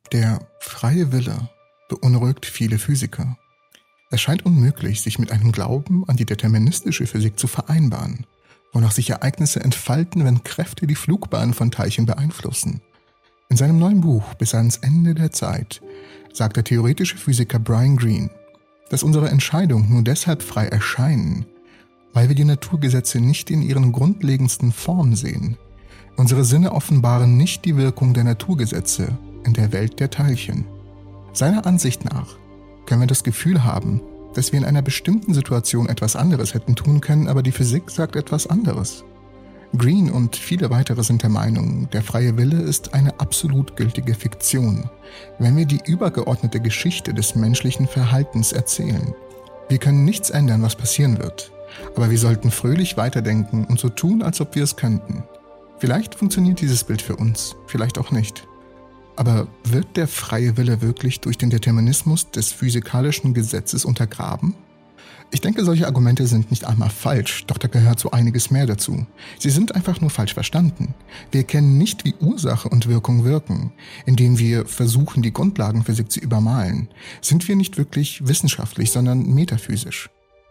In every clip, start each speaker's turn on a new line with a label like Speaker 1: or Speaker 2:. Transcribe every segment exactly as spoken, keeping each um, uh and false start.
Speaker 1: Der freie Wille beunruhigt viele Physiker. Es scheint unmöglich, sich mit einem Glauben an die deterministische Physik zu vereinbaren, wonach sich Ereignisse entfalten, wenn Kräfte die Flugbahn von Teilchen beeinflussen. In seinem neuen Buch Bis ans Ende der Zeit sagt der theoretische Physiker Brian Greene, dass unsere Entscheidungen nur deshalb frei erscheinen, weil wir die Naturgesetze nicht in ihren grundlegendsten Formen sehen. Unsere Sinne offenbaren nicht die Wirkung der Naturgesetze in der Welt der Teilchen. Seiner Ansicht nach können wir das Gefühl haben, dass wir in einer bestimmten Situation etwas anderes hätten tun können, aber die Physik sagt etwas anderes. Greene und viele weitere sind der Meinung, der freie Wille ist eine absolut gültige Fiktion, wenn wir die übergeordnete Geschichte des menschlichen Verhaltens erzählen. Wir können nichts ändern, was passieren wird, aber wir sollten fröhlich weiterdenken und so tun, als ob wir es könnten. Vielleicht funktioniert dieses Bild für uns, vielleicht auch nicht. Aber wird der freie Wille wirklich durch den Determinismus des physikalischen Gesetzes untergraben? Ich denke, solche Argumente sind nicht einmal falsch, doch da gehört so einiges mehr dazu. Sie sind einfach nur falsch verstanden. Wir kennen nicht, wie Ursache und Wirkung wirken, indem wir versuchen, die Grundlagenphysik zu übermalen. Sind wir nicht wirklich wissenschaftlich, sondern metaphysisch.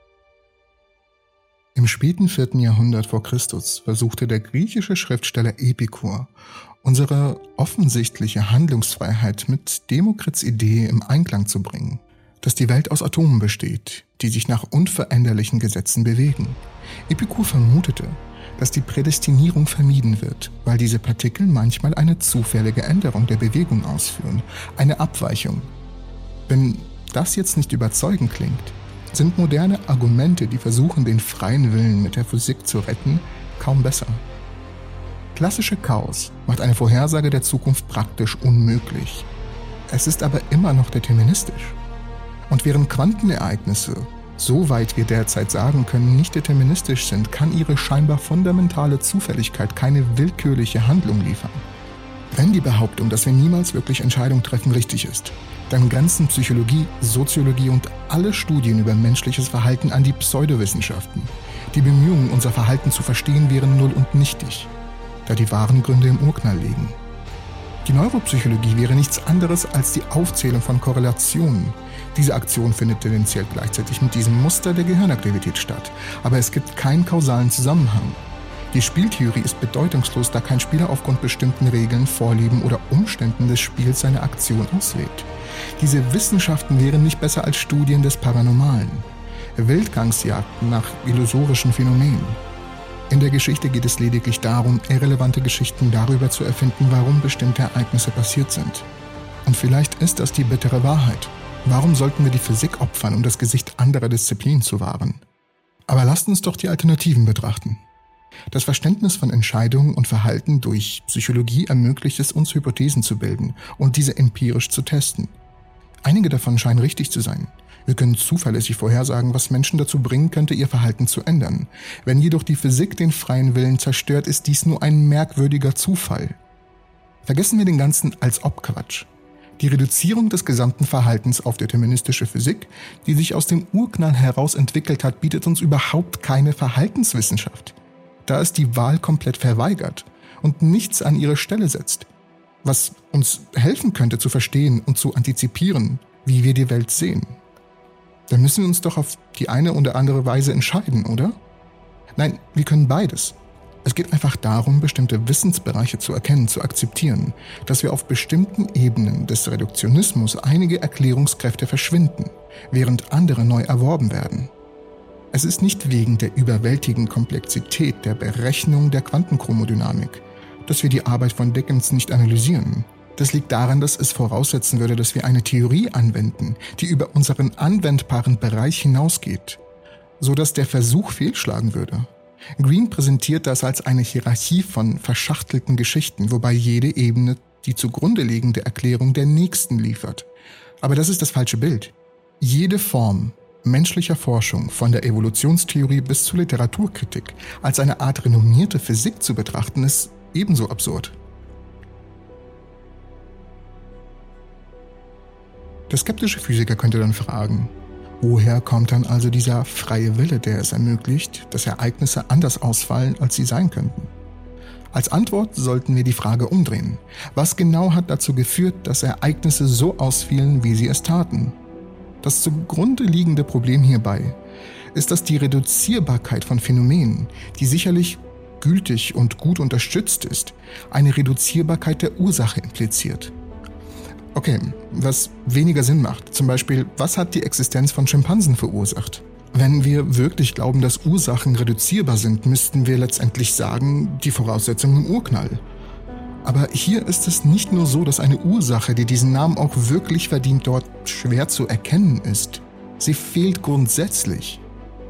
Speaker 1: Im späten vierten Jahrhundert vor Christus versuchte der griechische Schriftsteller Epikur, unsere offensichtliche Handlungsfreiheit mit Demokrits Idee im Einklang zu bringen, dass die Welt aus Atomen besteht, die sich nach unveränderlichen Gesetzen bewegen. Epikur vermutete, dass die Prädestinierung vermieden wird, weil diese Partikel manchmal eine zufällige Änderung der Bewegung ausführen, eine Abweichung. Wenn das jetzt nicht überzeugend klingt, sind moderne Argumente, die versuchen, den freien Willen mit der Physik zu retten, kaum besser. Klassische Chaos macht eine Vorhersage der Zukunft praktisch unmöglich. Es ist aber immer noch deterministisch. Und während Quantenereignisse, soweit wir derzeit sagen können, nicht deterministisch sind, kann ihre scheinbar fundamentale Zufälligkeit keine willkürliche Handlung liefern. Wenn die Behauptung, dass wir niemals wirklich Entscheidungen treffen, richtig ist, dann grenzen Psychologie, Soziologie und alle Studien über menschliches Verhalten an die Pseudowissenschaften. Die Bemühungen, unser Verhalten zu verstehen, wären null und nichtig, da die wahren Gründe im Urknall liegen. Die Neuropsychologie wäre nichts anderes als die Aufzählung von Korrelationen. Diese Aktion findet tendenziell gleichzeitig mit diesem Muster der Gehirnaktivität statt, aber es gibt keinen kausalen Zusammenhang. Die Spieltheorie ist bedeutungslos, da kein Spieler aufgrund bestimmten Regeln, Vorlieben oder Umständen des Spiels seine Aktion auswählt. Diese Wissenschaften wären nicht besser als Studien des Paranormalen, Wildgangsjagden nach illusorischen Phänomenen. In der Geschichte geht es lediglich darum, irrelevante Geschichten darüber zu erfinden, warum bestimmte Ereignisse passiert sind. Und vielleicht ist das die bittere Wahrheit. Warum sollten wir die Physik opfern, um das Gesicht anderer Disziplinen zu wahren? Aber lasst uns doch die Alternativen betrachten. Das Verständnis von Entscheidungen und Verhalten durch Psychologie ermöglicht es uns, Hypothesen zu bilden und diese empirisch zu testen. Einige davon scheinen richtig zu sein. Wir können zuverlässig vorhersagen, was Menschen dazu bringen könnte, ihr Verhalten zu ändern. Wenn jedoch die Physik den freien Willen zerstört, ist dies nur ein merkwürdiger Zufall. Vergessen wir den ganzen Als-ob-Quatsch. Die Reduzierung des gesamten Verhaltens auf deterministische Physik, die sich aus dem Urknall heraus entwickelt hat, bietet uns überhaupt keine Verhaltenswissenschaft, da es die Wahl komplett verweigert und nichts an ihre Stelle setzt, was uns helfen könnte zu verstehen und zu antizipieren, wie wir die Welt sehen. Dann müssen wir uns doch auf die eine oder andere Weise entscheiden, oder? Nein, wir können beides. Es geht einfach darum, bestimmte Wissensbereiche zu erkennen, zu akzeptieren, dass wir auf bestimmten Ebenen des Reduktionismus einige Erklärungskräfte verschwinden, während andere neu erworben werden. Es ist nicht wegen der überwältigenden Komplexität der Berechnung der Quantenchromodynamik, dass wir die Arbeit von Dickinson nicht analysieren. Das liegt daran, dass es voraussetzen würde, dass wir eine Theorie anwenden, die über unseren anwendbaren Bereich hinausgeht, sodass der Versuch fehlschlagen würde. Greene präsentiert das als eine Hierarchie von verschachtelten Geschichten, wobei jede Ebene die zugrunde liegende Erklärung der nächsten liefert. Aber das ist das falsche Bild. Jede Form menschlicher Forschung, von der Evolutionstheorie bis zur Literaturkritik, als eine Art renommierte Physik zu betrachten, ist ebenso absurd. Der skeptische Physiker könnte dann fragen, woher kommt dann also dieser freie Wille, der es ermöglicht, dass Ereignisse anders ausfallen, als sie sein könnten? Als Antwort sollten wir die Frage umdrehen. Was genau hat dazu geführt, dass Ereignisse so ausfielen, wie sie es taten? Das zugrunde liegende Problem hierbei ist, dass die Reduzierbarkeit von Phänomenen, die sicherlich gültig und gut unterstützt ist, eine Reduzierbarkeit der Ursache impliziert. Okay, was weniger Sinn macht. Zum Beispiel, was hat die Existenz von Schimpansen verursacht? Wenn wir wirklich glauben, dass Ursachen reduzierbar sind, müssten wir letztendlich sagen, die Voraussetzung im Urknall. Aber hier ist es nicht nur so, dass eine Ursache, die diesen Namen auch wirklich verdient, dort schwer zu erkennen ist. Sie fehlt grundsätzlich.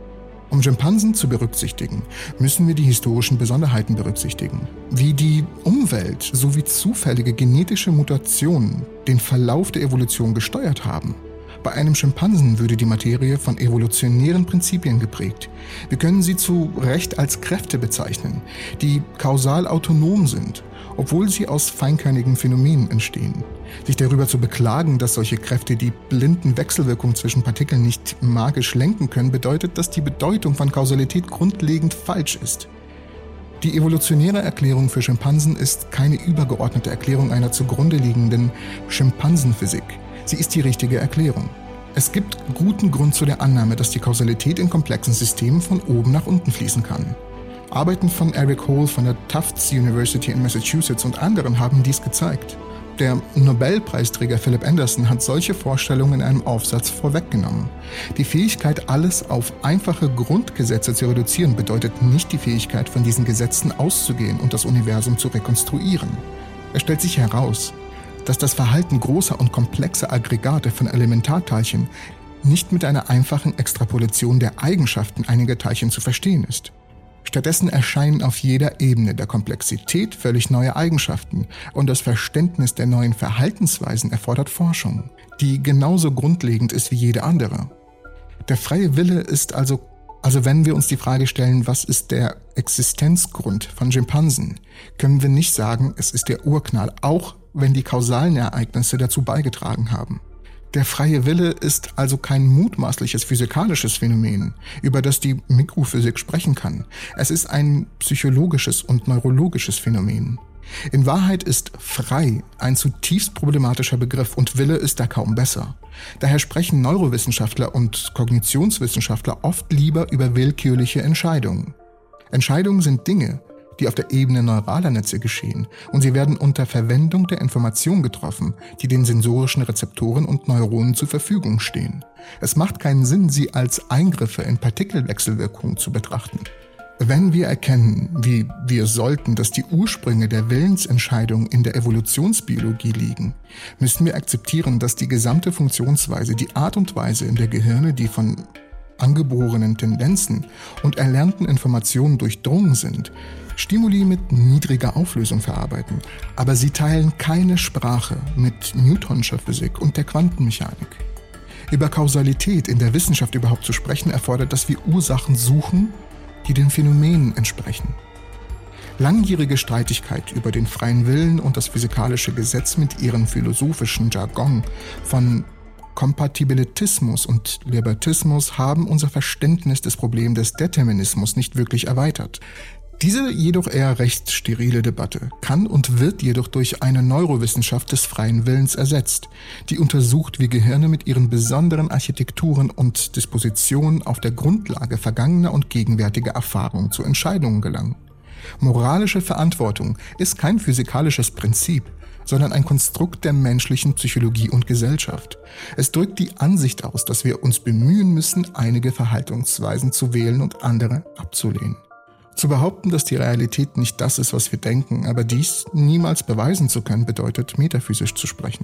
Speaker 1: Um Schimpansen zu berücksichtigen, müssen wir die historischen Besonderheiten berücksichtigen, wie die Umwelt sowie zufällige genetische Mutationen den Verlauf der Evolution gesteuert haben. Bei einem Schimpansen würde die Materie von evolutionären Prinzipien geprägt. Wir können sie zu Recht als Kräfte bezeichnen, die kausal autonom sind, obwohl sie aus feinkörnigen Phänomenen entstehen. Sich darüber zu beklagen, dass solche Kräfte die blinden Wechselwirkungen zwischen Partikeln nicht magisch lenken können, bedeutet, dass die Bedeutung von Kausalität grundlegend falsch ist. Die evolutionäre Erklärung für Schimpansen ist keine übergeordnete Erklärung einer zugrunde liegenden Schimpansenphysik. Sie ist die richtige Erklärung. Es gibt guten Grund zu der Annahme, dass die Kausalität in komplexen Systemen von oben nach unten fließen kann. Arbeiten von Eric Hole von der Tufts University in Massachusetts und anderen haben dies gezeigt. Der Nobelpreisträger Philip Anderson hat solche Vorstellungen in einem Aufsatz vorweggenommen. Die Fähigkeit, alles auf einfache Grundgesetze zu reduzieren, bedeutet nicht die Fähigkeit, von diesen Gesetzen auszugehen und das Universum zu rekonstruieren. Es stellt sich heraus, dass das Verhalten großer und komplexer Aggregate von Elementarteilchen nicht mit einer einfachen Extrapolation der Eigenschaften einiger Teilchen zu verstehen ist. Stattdessen erscheinen auf jeder Ebene der Komplexität völlig neue Eigenschaften und das Verständnis der neuen Verhaltensweisen erfordert Forschung, die genauso grundlegend ist wie jede andere. Der freie Wille ist also, also wenn wir uns die Frage stellen, was ist der Existenzgrund von Schimpansen, können wir nicht sagen, es ist der Urknall, auch wenn die kausalen Ereignisse dazu beigetragen haben. Der freie Wille ist also kein mutmaßliches physikalisches Phänomen, über das die Mikrophysik sprechen kann. Es ist ein psychologisches und neurologisches Phänomen. In Wahrheit ist frei ein zutiefst problematischer Begriff und Wille ist da kaum besser. Daher sprechen Neurowissenschaftler und Kognitionswissenschaftler oft lieber über willkürliche Entscheidungen. Entscheidungen sind Dinge, die auf der Ebene neuraler Netze geschehen, und sie werden unter Verwendung der Information getroffen, die den sensorischen Rezeptoren und Neuronen zur Verfügung stehen. Es macht keinen Sinn, sie als Eingriffe in Partikelwechselwirkungen zu betrachten. Wenn wir erkennen, wie wir sollten, dass die Ursprünge der Willensentscheidung in der Evolutionsbiologie liegen, müssen wir akzeptieren, dass die gesamte Funktionsweise, die Art und Weise, in der Gehirne, die von angeborenen Tendenzen und erlernten Informationen durchdrungen sind, Stimuli mit niedriger Auflösung verarbeiten, aber sie teilen keine Sprache mit Newtonscher Physik und der Quantenmechanik. Über Kausalität in der Wissenschaft überhaupt zu sprechen, erfordert, dass wir Ursachen suchen, die den Phänomenen entsprechen. Langjährige Streitigkeit über den freien Willen und das physikalische Gesetz mit ihrem philosophischen Jargon von Kompatibilitismus und Libertismus haben unser Verständnis des Problems des Determinismus nicht wirklich erweitert. Diese jedoch eher recht sterile Debatte kann und wird jedoch durch eine Neurowissenschaft des freien Willens ersetzt, die untersucht, wie Gehirne mit ihren besonderen Architekturen und Dispositionen auf der Grundlage vergangener und gegenwärtiger Erfahrungen zu Entscheidungen gelangen. Moralische Verantwortung ist kein physikalisches Prinzip, sondern ein Konstrukt der menschlichen Psychologie und Gesellschaft. Es drückt die Ansicht aus, dass wir uns bemühen müssen, einige Verhaltensweisen zu wählen und andere abzulehnen. Zu behaupten, dass die Realität nicht das ist, was wir denken, aber dies niemals beweisen zu können, bedeutet, metaphysisch zu sprechen.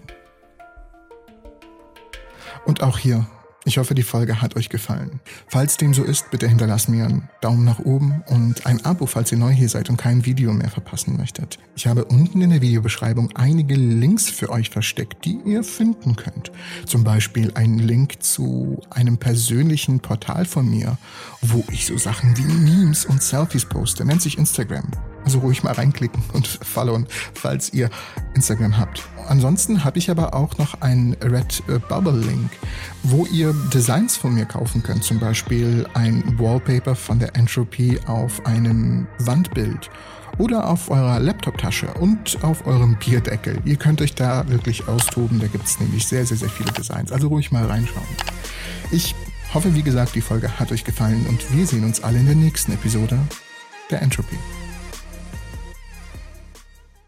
Speaker 1: Und auch hier, ich hoffe, die Folge hat euch gefallen. Falls dem so ist, bitte hinterlasst mir einen Daumen nach oben und ein Abo, falls ihr neu hier seid und kein Video mehr verpassen möchtet. Ich habe unten in der Videobeschreibung einige Links für euch versteckt, die ihr finden könnt. Zum Beispiel einen Link zu einem persönlichen Portal von mir, wo ich so Sachen wie Memes und Selfies poste. Nennt sich Instagram. Also ruhig mal reinklicken und followen, falls ihr Instagram habt. Ansonsten habe ich aber auch noch einen Redbubble-Link, wo ihr Designs von mir kaufen könnt. Zum Beispiel ein Wallpaper von der Entropy auf einem Wandbild oder auf eurer Laptoptasche und auf eurem Bierdeckel. Ihr könnt euch da wirklich austoben, da gibt es nämlich sehr, sehr, sehr viele Designs. Also ruhig mal reinschauen. Ich hoffe, wie gesagt, die Folge hat euch gefallen und wir sehen uns alle in der nächsten Episode der Entropy.